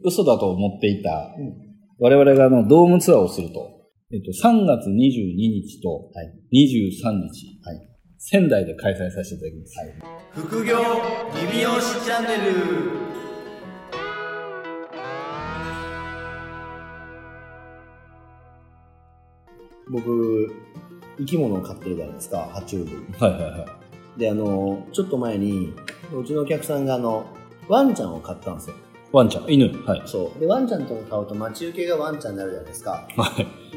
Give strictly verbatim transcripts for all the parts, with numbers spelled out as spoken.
嘘だと思っていた、うん、我々があのドームツアーをすると、えっと、さんがつにじゅうににちとにじゅうさんにち、はい、仙台で開催させていただきます。はい、 副業リビオシチャンネル。僕、生き物を飼ってるじゃないですか、爬虫類。 はいはいはい。 で、あの、ちょっと前に、うちのお客さんが、あの、ワンちゃんを飼ったんですよ。 ワンちゃん、犬。はい。 そう。で、ワンちゃんとか飼うと待ち受けがワンちゃんになるじゃないですか。 はい。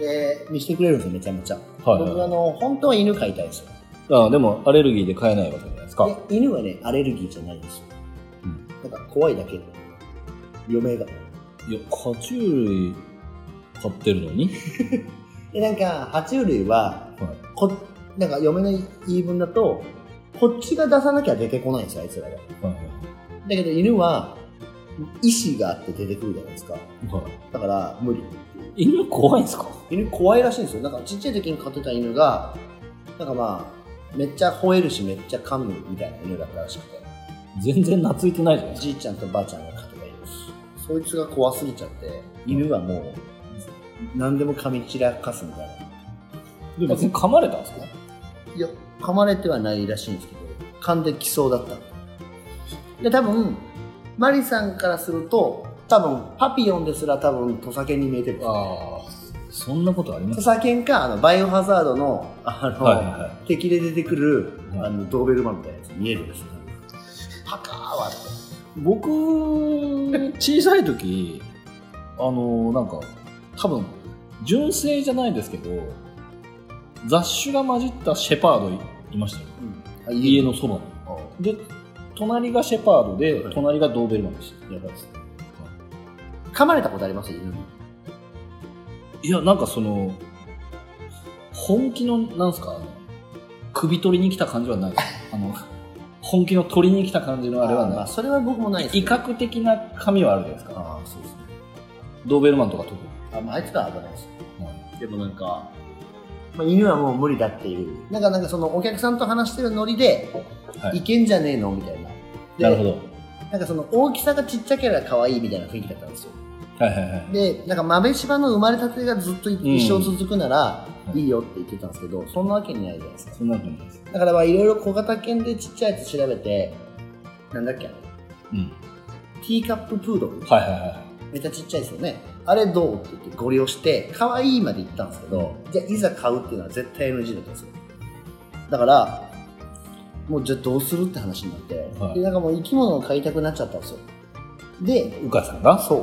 で、見せてくれるんですよ、めちゃめちゃ。 はい、はい。 僕、あの、本当は犬飼いたいですよ。 ああ、でも、アレルギーで飼えないわけじゃないですか。 で、犬はね、アレルギーじゃないんですよ。うん。なんか、怖いだけ。余命が。 いや、爬虫類飼ってるのにで、なんか、爬虫類は、はい、こなんか、嫁の言い分だと、こっちが出さなきゃ出てこないんですよ、あいつらが。はいはい、だけど、犬は、意志があって出てくるじゃないですか。はい、だから、無理。 犬怖いんですか？ 犬怖いらしいんですよ。なんか、ちっちゃい時に飼ってた犬が、なんかまあ、めっちゃ吠えるし、めっちゃ噛むみたいな犬だったらしくて。 全然懐いてないじゃないですか。 じいちゃんとばあちゃんが飼ってた犬。そいつが怖すぎちゃって、犬はもう、何でも噛み散らかすみたいな。 でも別に噛まれたんですか？ いや、噛まれてはないらしいんですけど、噛んできそうだった。で、多分、マリさんからすると、多分、パピヨンですら多分、土佐犬に見えてるんですよ。 ああ、そんなことあります？ 土佐犬か、あの、バイオハザードの、あの、はいはいはい、敵で出てくる、 はい、 あの、ドーベルマンみたいなやつに見えるんですよ。パカーはって。 僕、小さい時、あの、なんか、多分、純正じゃないですけど、雑種が混じったシェパード い, いましたよ、うん、家のそばに。で、隣がシェパードで、はい、隣がドーベルマンでした。やばいですね。 噛まれたことありますよ、犬に。 いや、なんかその、本気の、なんすか、首取りに来た感じはないです。あの、本気の取りに来た感じのあれはない。 まあ、それは僕もないです。 威嚇的な髪はあるじゃないですか。 ああ、そうですね。 ドーベルマンとか特に。 あ、まあ、あいつらは危ないです。うん、でもなんか、まあ、犬はもう無理だっていう。なんか、なんかそのお客さんと話してるノリで、はい、いけんじゃねえのみたいな。 なるほど。 なんかその大きさがちっちゃければ可愛いみたいな雰囲気だったんですよ。 はいはいはい。 で、なんか豆柴の生まれたてがずっと一生続くならいいよって言ってたんですけど、うん、そんなわけにないじゃないですか。 そんなわけないです。 だからまあいろいろ小型犬でちっちゃいやつ調べて、なんだっけ、うん、ティーカッププードル。 はいはいはい。 めっちゃちっちゃいですよね。あれどうって言ってご利用して、可愛いまで言ったんですけど、じゃあいざ買うっていうのは絶対 エヌジー だったんですよ。だから、もうじゃあどうするって話になって、はい、でなんかもう生き物を飼いたくなっちゃったんですよ。で、 うかさんがそう。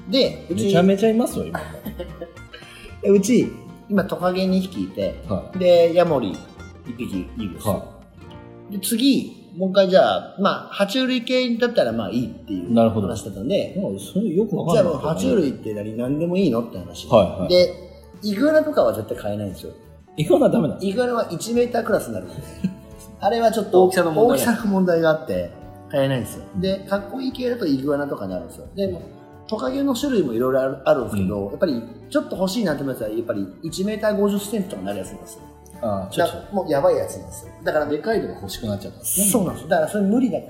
で、 うちめちゃめちゃいますよ、今。 うち、今トカゲにひきいて、はい、で、ヤモリいっぴきいるんですよ。はい、で、次、もう一回じゃあ、まあ、爬虫類系だったらまあいいっていう話だったんで、 なるほど。それよくわかんない。 じゃあもう爬虫類って何何でもいいのって話。 はいはい、 で、イグアナとかは絶対買えないんですよ。 イグアナはダメなんですか？ イグアナはいちメータークラスになるんで。あれはちょっと大きさの問題、大きさの問題があって買えないんですよ。で、かっこいい系だとイグアナとかになるんですよ。で、トカゲの種類もいろいろあるんですけど、うん、やっぱりちょっと欲しいなと思うやつはやっぱりいちメーターごじゅっセンチとかになるやつなんですよ。 ああ、ちょっともうやばいやつなんですよ。だからでかいのが欲しくなっちゃったんですね。 そうなんです。だからそれ無理だから、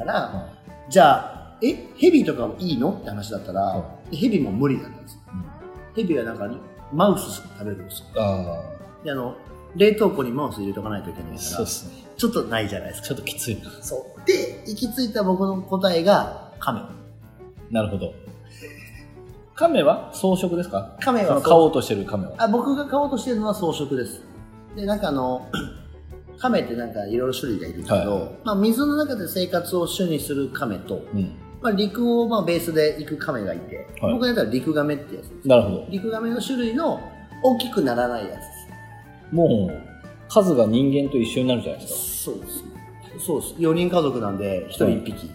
うん、じゃあえヘビとかもいいのって話だったら、うん、ヘビも無理だったんですよ。うん、ヘビはなんかマウス食べるんですよ。あであの冷凍庫にマウス入れとかないといけないから、 そうですね。 ちょっとないじゃないですか。 ちょっときついな。 そうで行き着いた僕の答えがカメ。 なるほど。カメは草食ですか？ カメは飼おうとしてるカメは。 あ、僕が飼おうとしてるのは草食です。で、なんかあの、カメってなんかいろいろ種類がいるんですけど、はい、まあ水の中で生活を主にするカメと、うん、まあ陸をまあベースで行くカメがいて、はい、僕がやったら陸ガメってやつです。 なるほど。 陸ガメの種類の大きくならないやつです。 もう、数が人間と一緒になるじゃないですか。 そうです。そうです。よにん家族なんで、ひとりいっぴき。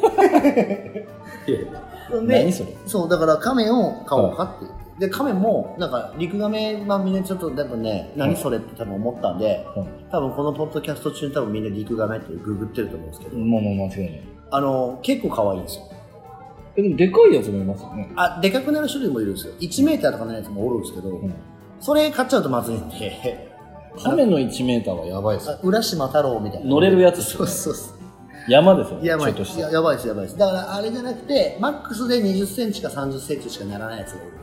何それ？ そう、だからカメを飼おうかっていう。はい、で、カメも、なんか、陸ガメはみんなちょっと、多分ね、何それって多分思ったんで、はい、多分このポッドキャスト中に多分みんな陸ガメってググってると思うんですけど。 もうもう間違いない。 あの、結構可愛いんですよ。 え、でもでかいやつもいますよね。 あ、でかくなる種類もいるんですよ。いちメーターとかのやつもおるんですけど、うん、それ買っちゃうとまずいんで。 カメのいちメーターはやばいっすよ。 浦島太郎みたいな。 乗れるやつ、ね。 そうそうそう。 山ですよね。 やばいちょっとしたややばいですやばいです。だからあれじゃなくてマックスでにじゅっセンチかさんじゅっセンチしかならないやつが多いです。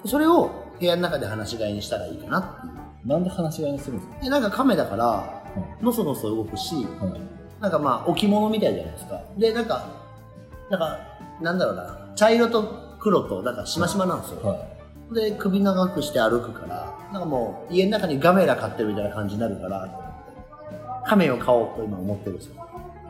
それを部屋の中で放し飼いにしたらいいかなっていう。 なんで放し飼いにするんですか？ でなんか亀だからのそのそ動くし、はい、なんかまあ置物みたいじゃないですか。でなんかなんかなんだろうな、茶色と黒となんかしましまなんですよ、はい、で首長くして歩くからなんかもう家の中にガメラ飼ってるみたいな感じになるからと思って亀を飼おうと今思ってるんですよ。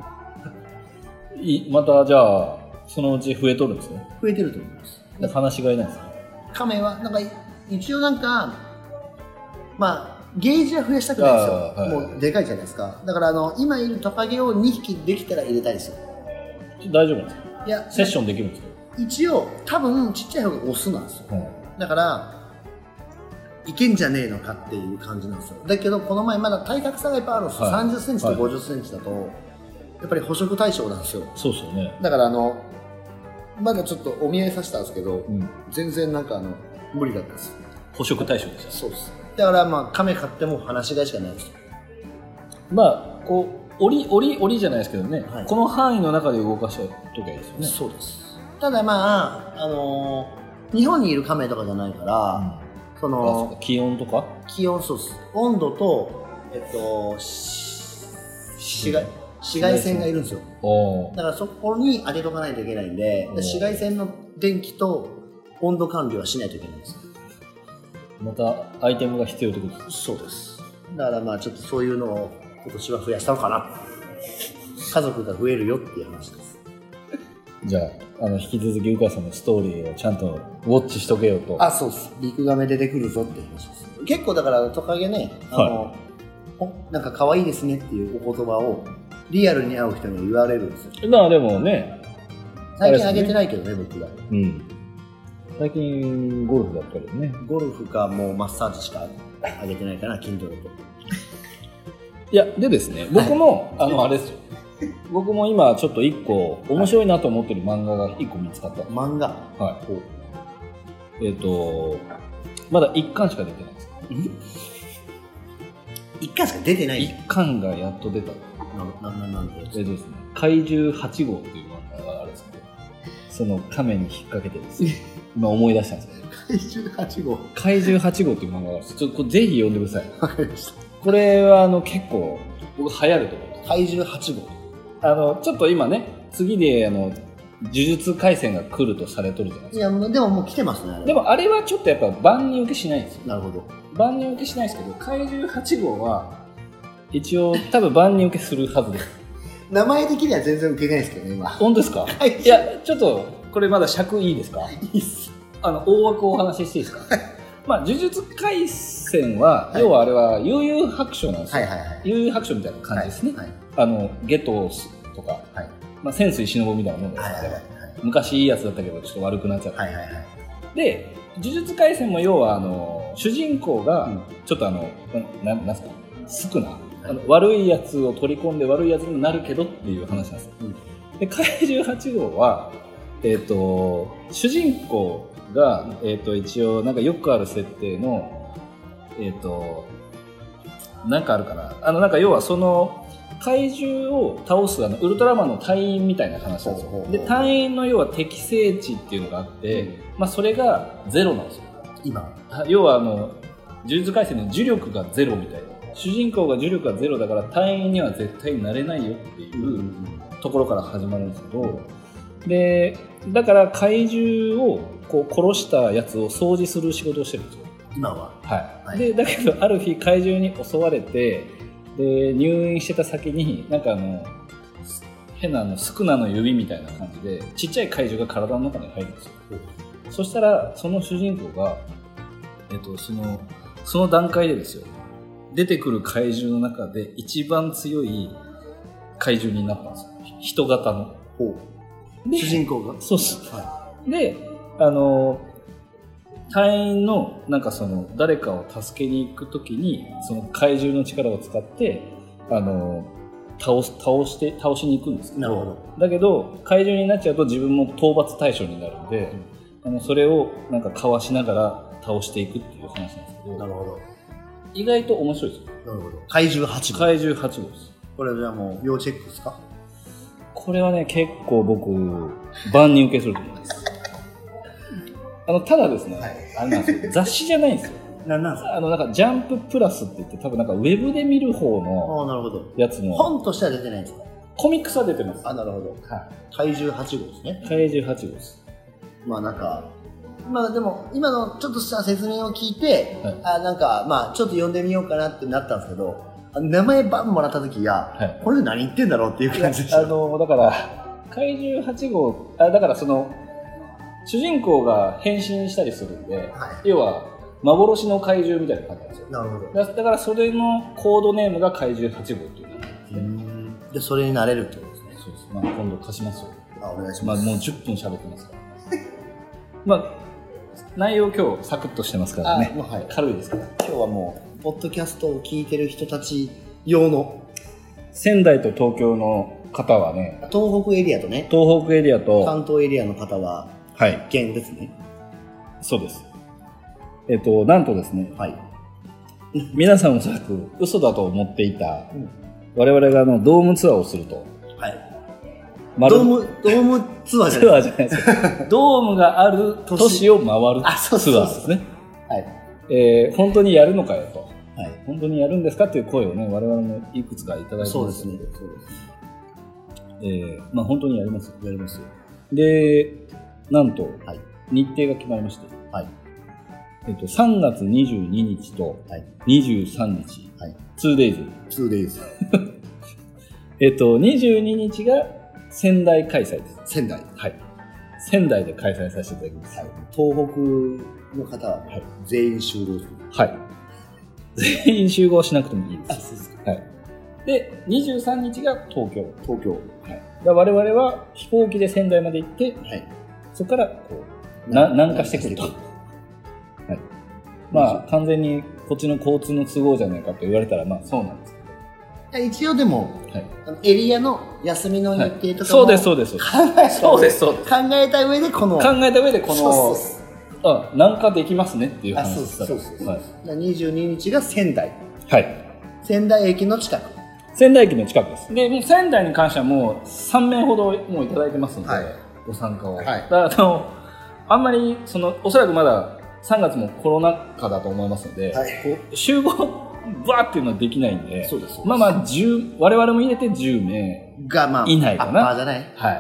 いまたじゃあそのうち増えとるんですね。 増えてると思います。 で放し飼いなんですか？ 亀はなんか一応なんかまあゲージは増やしたくないですよ、はい、もうでかいじゃないですか。だからあの今いるトカゲをにひきできたら入れたいですよ。 大丈夫なんですか？ いやセッションできるんですか？ 一応多分ちっちゃい方がオスなんですよ、うん、だからいけんじゃねえのかっていう感じなんですよ。だけどこの前まだ体格差がいっぱいあるんですよ、はい、さんじゅっセンチとごじゅっセンチだと、はい、やっぱり捕食対象なんですよ。 そうですよね。 だからあのまだちょっとお見合いさせたんですけど、うん、全然なんかあの無理だったです。 捕食対象ですよ。 そうです。だからまあ亀飼っても放し飼いしかないです。 まあこう檻檻檻じゃないですけどね、はい、この範囲の中で動かした時はいいですよね。 そうです。ただまああのー、日本にいる亀とかじゃないから、うん、その気温とか気温そうです。温度とえっと紫外紫外線がいるんですよ。だからそこに当てとかないといけないんで、紫外線の電気と温度管理はしないといけないんですよ。 またアイテムが必要ってことです。 そうです。だからまあちょっとそういうのを今年は増やしたのかな。家族が増えるよっていう話です。じゃあ、あの引き続きうかさんのストーリーをちゃんとウォッチしとけよと。 あ、そうです。リクガメ出てくるぞっていう話です。結構だからトカゲね、あの、はい、なんか可愛いですねっていうお言葉をリアルに会う人に言われるんですよ。 まあでもね、 最近あげてないけどね、僕は。 うん。最近ゴルフだったりね。 ゴルフかもうマッサージしかあげてないかな、筋トレと。 いやでですね、僕も、はい、あのあれですよ。僕も今ちょっと一個面白いなと思ってる漫画が一個見つかった。 漫画。 はい。えっ、ー、とまだ一巻しか出てないです。 一巻しか出てない。 一巻がやっと出た。 なななんで。 えっとですね、怪獣はち号っていう漫画があるんですけど、その亀に引っ掛けてですね。今思い出したんですけど。 怪獣はち号。 怪獣はち号っていう漫画があるんです。ちょっとこれぜひ読んでください。 わかりました。 これはあの結構僕流行ると思う。 怪獣はち号。 あのちょっと今ね、次であの呪術廻戦が来るとされとるじゃないですか。 いやでももう来てますね。 でもあれはちょっとやっぱ万人受けしないんですよ。 なるほど。 万人受けしないですけど、怪獣はち号は一応多分万人受けするはずです。 名前的には全然受けないですけどね今。 本当ですか？いやちょっとこれまだ尺いいですか？ いいっす。 あの大枠をお話ししていいですか？まあ呪術廻戦は、はい、要はあれは悠々白書なんですよ。はいはいはい、悠々白書みたいな感じですね。はいはい、あのゲトスとか、はい、まあ潜水忍みたいなもんです、はいはいはい、昔いいやつだったけどちょっと悪くなっちゃった。はいはいはい、で呪術廻戦も要はあの主人公がちょっとあの、うん、ななんすか少な、はい、あの悪いやつを取り込んで悪いやつになるけどっていう話なんですよ。うん、で怪獣はち号はえっ、ー、と主人公が、えー、と一応なんかよくある設定のえっ、ー、となんかあるかな、あのなんか要はその怪獣を倒すあのウルトラマンの隊員みたいな話なんですよ。で隊員の要は適正値っていうのがあって、うん、まあそれがゼロなんですよ今。要はあの呪術廻戦の呪力がゼロみたいな、主人公が呪力がゼロだから隊員には絶対なれないよっていうところから始まるんですけど、でだから怪獣をこう殺したやつを掃除する仕事をしてるんですよ今は。 はい、はい、でだけどある日怪獣に襲われてで入院してた先になんかあの変なあのスクナの指みたいな感じでちっちゃい怪獣が体の中に入るんですよ。そしたらその主人公が、えっと、そのその段階でですよ、出てくる怪獣の中で一番強い怪獣になったんですよ、人型の。 ほう。主人公が。 そうっす、はい、であの隊員のなんかその誰かを助けに行くときにその怪獣の力を使ってあの倒す倒して倒しに行くんですけど、なるほど。だけど怪獣になっちゃうと自分も討伐対象になるんで、うん、あのそれをなんかかわしながら倒していくっていう話なんですけど。 なるほど。 意外と面白いですよ。 なるほど。怪獣はち号。 怪獣はち号です。 これじゃあもう要チェックですか？ これはね、結構僕、万人受けすると思います。あの、ただですね、はい、あれなんですよ、雑誌じゃないんですよ。 なんなんですか？ あの、なんか、ジャンププラスって言って、多分なんか、ウェブで見る方のやつも。 本としては出てないんですか？ コミックスは出てます。 あ、なるほど。はい。怪獣はち号ですね。 怪獣はち号です。 まあなんか、まあでも、今のちょっとした説明を聞いて、はい、あ、なんか、まあちょっと読んでみようかなってなったんですけど、名前バンもらった時は、はい、これ何言ってんだろうっていう感じでした。 あの、だから、怪獣はち号、あ、だからその、主人公が変身したりするんで、はい、要は、幻の怪獣みたいな感じなんですよ。 なるほど。 だからそれのコードネームが怪獣はち号っていう名前ですね。 で、それになれるってことですね。 そうです。まあ今度貸しますよ。 あ、お願いします。 まあもうじゅっぷん喋ってますから。まあ、内容今日サクッとしてますからね。 もうはい、 軽いですから。 今日はもう、ポッドキャストを聞いてる人たち用の。 仙台と東京の方はね。 東北エリアとね。 東北エリアと。 関東エリアの方は、 はい。 必見ですね。 そうです。えっと、なんとですね。 はい。 皆さんおそらく嘘だと思っていた、うん、我々があのドームツアーをすると。 はい。ドーム、ドームツアーじゃないですか。 ドームがある都市を回るツアーですね。 はい。 えー、本当にやるのかよと。はい。本当にやるんですかっていう声をね、我々もいくつかいただいてます。 そうですね。そうです。 えー、まあ本当にやりますよ。やりますよ。で、なんと、はい、日程が決まりまして。はい。えっと、さんがつにじゅうににちとにじゅうさんにち。はい。ツーデイズ。 ツーデイズ。 えっと、にじゅうににちが仙台開催です。 仙台。 はい。仙台で開催させていただきます。はい。 東北の方は、はい、全員集合する。 はい。全員集合しなくてもいいです。あ、そうですか。はい。で、にじゅうさんにちが東京。 東京。はい。 だ我々は飛行機で仙台まで行って、はい、そこからこうな南下してくると。はい。まあ、完全にこっちの交通の都合じゃないかと言われたら、まあそうなんですけど。一応でも、はい、エリアの休みの日程とかも、はい、 そうです、そうです。考えそうです、そうです。考えた上でこの。 考えた上でこの、そうそうあ、南下できますねっていう話です。そうそうそう。はい、にじゅうににちが仙台。 はい。仙台駅の近く。 仙台駅の近くです。で、もう仙台に関してはもうさんめいほどもういただいてますので、はい、ご参加を。はい、だからあの、あんまり、その、おそらくまださんがつもコロナ禍だと思いますので、はい、こう集合、バーっていうのはできないんで、そうです。まあまあ、じゅう、我々も入れてじゅうめいが、まあ、以内かな。 アッパーじゃない。 はい。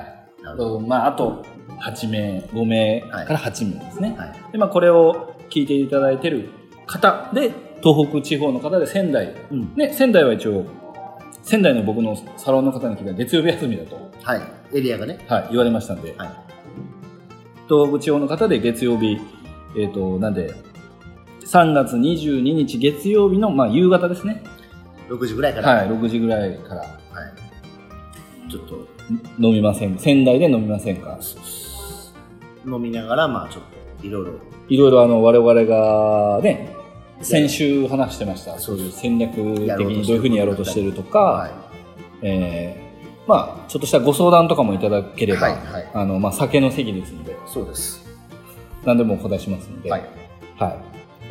まあ、あとはちめい、ごめいからはちめいですね。はい。で、まあ、これを聞いていただいている方で、東北地方の方で仙台。うん、ね、仙台は一応、仙台の僕のサロンの方に聞いたら月曜日休みだと。 はい。エリアがね。 はい。言われましたんで。はい。東北地方の方で月曜日、えっと、なんで、さんがつにじゅうににち月曜日の、まあ、夕方ですね。 ろくじぐらいから。 はい。ろくじぐらいから。はい。 ちょっと。 飲みません。仙台で飲みませんか。 飲みながら、まあ、ちょっと、いろいろ。 いろいろ、あの、我々がね、先週話してました。そういう戦略的にどういうふうにやろうとしてるとか、はい、えー、まあ、ちょっとしたご相談とかもいただければ、はいはい、あの、まあ、酒の席ですので、 そうです。 何でもお答えしますので、はい。はい。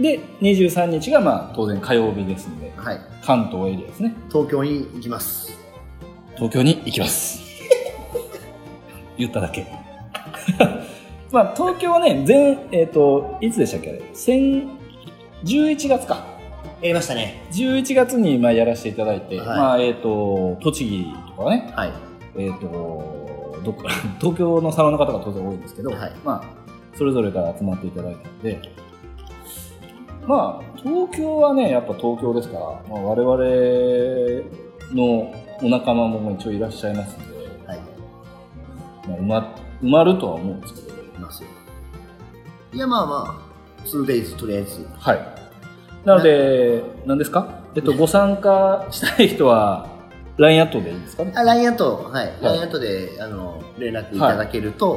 で、にじゅうさんにちが、まあ、当然火曜日ですので、はい。関東エリアですね。 東京に行きます。 東京に行きます。言っただけ。まあ、東京はね、全、えっと、いつでしたっけあれ先じゅういちがつか。 やりましたね。 じゅういちがつにまあやらせていただいて、はい、まあ、えっ、ー、と、栃木とかね、はい、えっ、ー、と、どっか、東京のサロンの方が当然多いんですけど、はい、まあ、それぞれから集まっていただいたので、まあ、東京はね、やっぱ東京ですから、まあ、我々のお仲間も一応いらっしゃいますので、はい、まあ、埋ま、埋まるとは思うんですけど、いますよ。 いや、まあまあ、ツーデイズとりあえず。 はい。なので、何ですかえっと、ご参加したい人は、ライン アットでいいですかねあ、ライン アット、はい。はい、ライン アットで、あの、連絡いただけると。はい、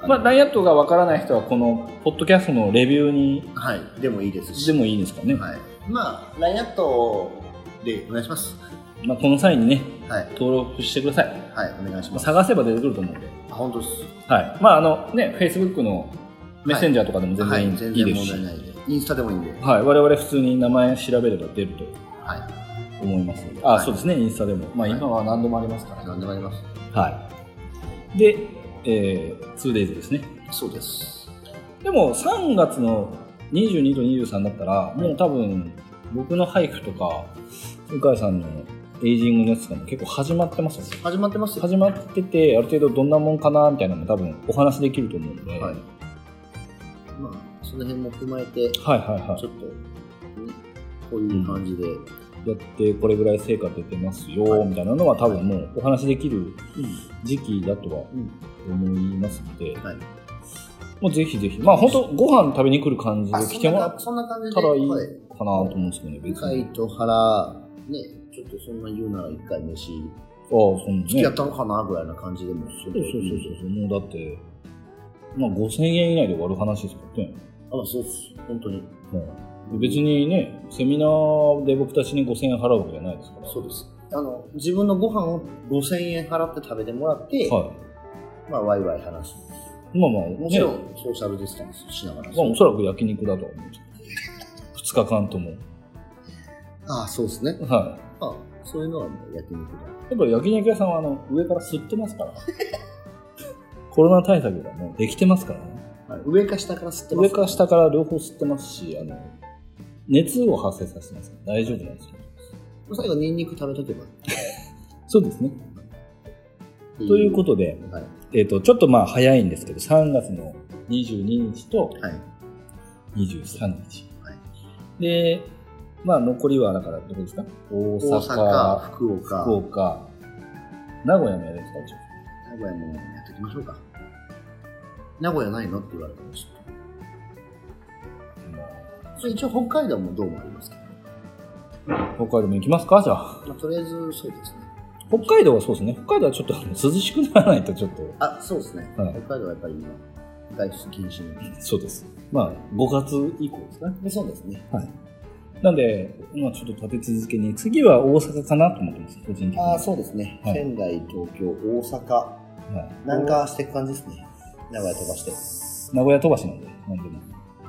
まあ、ライン アットがわからない人は、この、ポッドキャストのレビューに。 はい。でもいいですし。 でもいいですかね。 はい。まあ、ライン アットでお願いします。 まあ、この際にね、はい、登録してください。 はい、お願いします。 探せば出てくると思うんで。 あ、本当です。 はい。まあ、あの、ね、Facebook の、メッセンジャーとかでも全然いいですし、はいはい、 全然問題ないで、インスタでもいいんで、 はい、我々普通に名前調べれば出ると、 はい、 思います。あ、はい、そうですね、インスタでも。まあ、今は何でもありますから、ね。 何でもあります。 はい。で、えー、ツーデイズですね。 そうです。 でも、さんがつのにじゅうにとにじゅうさんだったら、もう多分、僕の俳句とか、向井さんのエイジングのやつとかも結構始まってますよね。 始まってますよ。 始まってて、ある程度どんなもんかなみたいなのも多分お話できると思うので、 はい、まあ、その辺も踏まえて、 はいはいはい、 ちょっと、こういう感じで、うん、 やってこれぐらい成果出てますよ、はい、みたいなのは多分もうお話できる時期だとは思いますので、はい、もうぜひぜひ、まあ本当ご飯食べに来る感じで来てもらったらいいかなと思うんですけどね、 別に。向井と原、ね、ちょっとそんな言うなら一回飯、 ああ、そんなね。 付き合ったのかなぐらいな感じでも。 そうそうそうそう、もうだって、まあごせんえん以内で終わる話ですからね。 あ、そうです。本当に。 うん、別にね、セミナーで僕たちにごせんえん払うわけじゃないですから。 そうです。あの、自分のご飯をごせんえん払って食べてもらって、はい、まあ、ワイワイ話す。 まあまあ、 もちろん、ソーシャルディスタンスしながら。 まあ、おそらく焼肉だと思うんですけど。ふつかかんとも。 ああ、そうですね。 はい。 ああ、そういうのはもう焼肉だ。 やっぱり焼肉屋さんはあの上から吸ってますから。コロナ対策がもうできてますからね。 はい、上か下から吸ってます、 上か下から両方吸ってますし、あの、熱を発生させてますから大丈夫なんですよ。 最後ニンニク食べとけば。 そうですね。ということで、はい、えっと、ちょっとまあ早いんですけど、さんがつのにじゅうににちとにじゅうさんにち。はい、で、まあ残りはだからどこですか？大阪、 大阪、福岡、 福岡、名古屋もやるんですか？ 名古屋もやっていきましょうか。名古屋ないのって言われてました。それ一応北海道もどうもありますけど、ね。 北海道も行きますか？じゃあ。 まあ、とりあえずそうですね。 北海道はそうですね。北海道はちょっと涼しくならないとちょっと。 あ、そうですね。はい、北海道はやっぱり今、外出禁止の。 そうです。まあ、ごがつ以降ですかね。 そうですね。 はい。なんで、まあちょっと立て続けに、次は大阪かなと思ってます、個人的に。 ああ、そうですね。はい、仙台、東京、大阪。はい。南下していく感じですね。名古屋飛ばして。 名古屋飛ばしなんで、なんでも。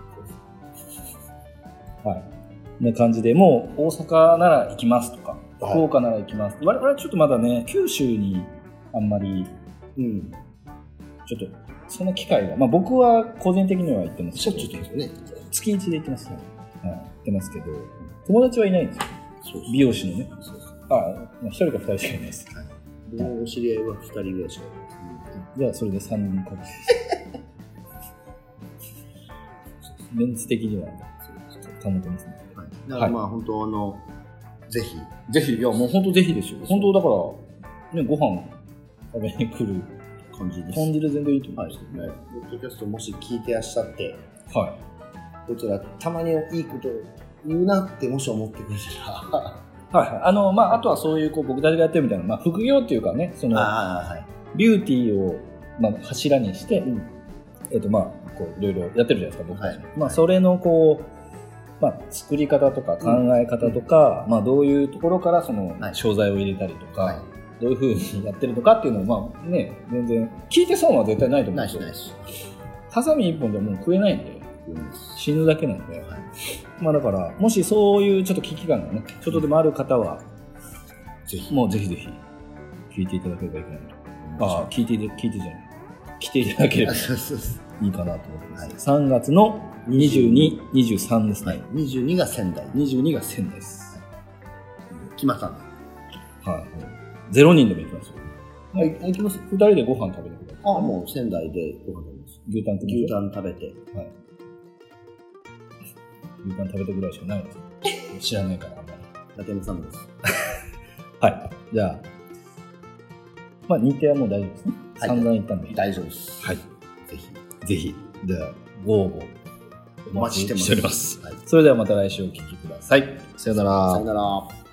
はい。こんな感じで、もう大阪なら行きますとか、福岡なら行きます。はい、我々はちょっとまだね、九州にあんまり、うん、ちょっと、その機会が、まあ僕は個人的には行ってますけど。 しょっちゅうですよね。 月一で行ってますね。はい。行ってますけど、友達はいないんですよ。そう美容師のね。そうそう。あ、一人か二人しかいないです。はい。 僕のお知り合いは二人ぐらいしかいないですね。 じゃあそれでさんにんかけて。メンツ的には、保てますね。 はい。だからまあ本当あの、ぜひ。 ぜひ、いやもう本当ぜひですよ。本当だから、ね、ご飯食べに来る感じです。 感じで全然いいと思いますけどね。 ポッドキャストもし聞いてらっしゃって、 はい。 こちらたまにいいこと言うなってもし思ってくれたら。 はいはい。あの、まあ、あとはそういう、こう、僕たちがやってるみたいな、まあ、副業っていうかね、その、はい、ビューティーを、まあ、柱にして、うん、えっと、まあ、こう、いろいろやってるじゃないですか、僕たちも。はい、まあ、それの、こう、まあ、作り方とか考え方とか、うん、まあ、どういうところから、その、はい、商材を入れたりとか、はい、どういうふうにやってるのかっていうのを、まあ、ね、全然、聞いて損は絶対ないと思うんですよ。ないし、ないし。ハサミ一本じゃもう食えないんで、死ぬだけなんで、はい、まあだからもしそういうちょっと危機感がねちょっとでもある方は、ぜひもうぜひぜひ聞いていただければいけないと、ああ聞いて聞いてじゃない来ていただければいいかなと思ってます、はい、さんがつのにじゅうに、にじゅうさんですね、はい、 にじゅうにが仙台にじゅうにが仙台です、 はい、決まったんだはい、ゼロにんでも行きますよ。 はい、行きます。 ふたりでご飯食べてください。 ああ、もう仙台でご飯食べます。 牛タン牛タン食べて。はい。 牛タン食べてぐらいしかないんですよ。知らないからあんまり。 ラテンさんです。 はい。じゃあ、まあ日程はもう大丈夫ですね。はい、散々行ったんで。 大丈夫です。 はい。 ぜひ。 ぜひ。じゃあ、ご応募お待ちしてます。 しております。はい。それではまた来週お聞きください。さよなら。 さよなら。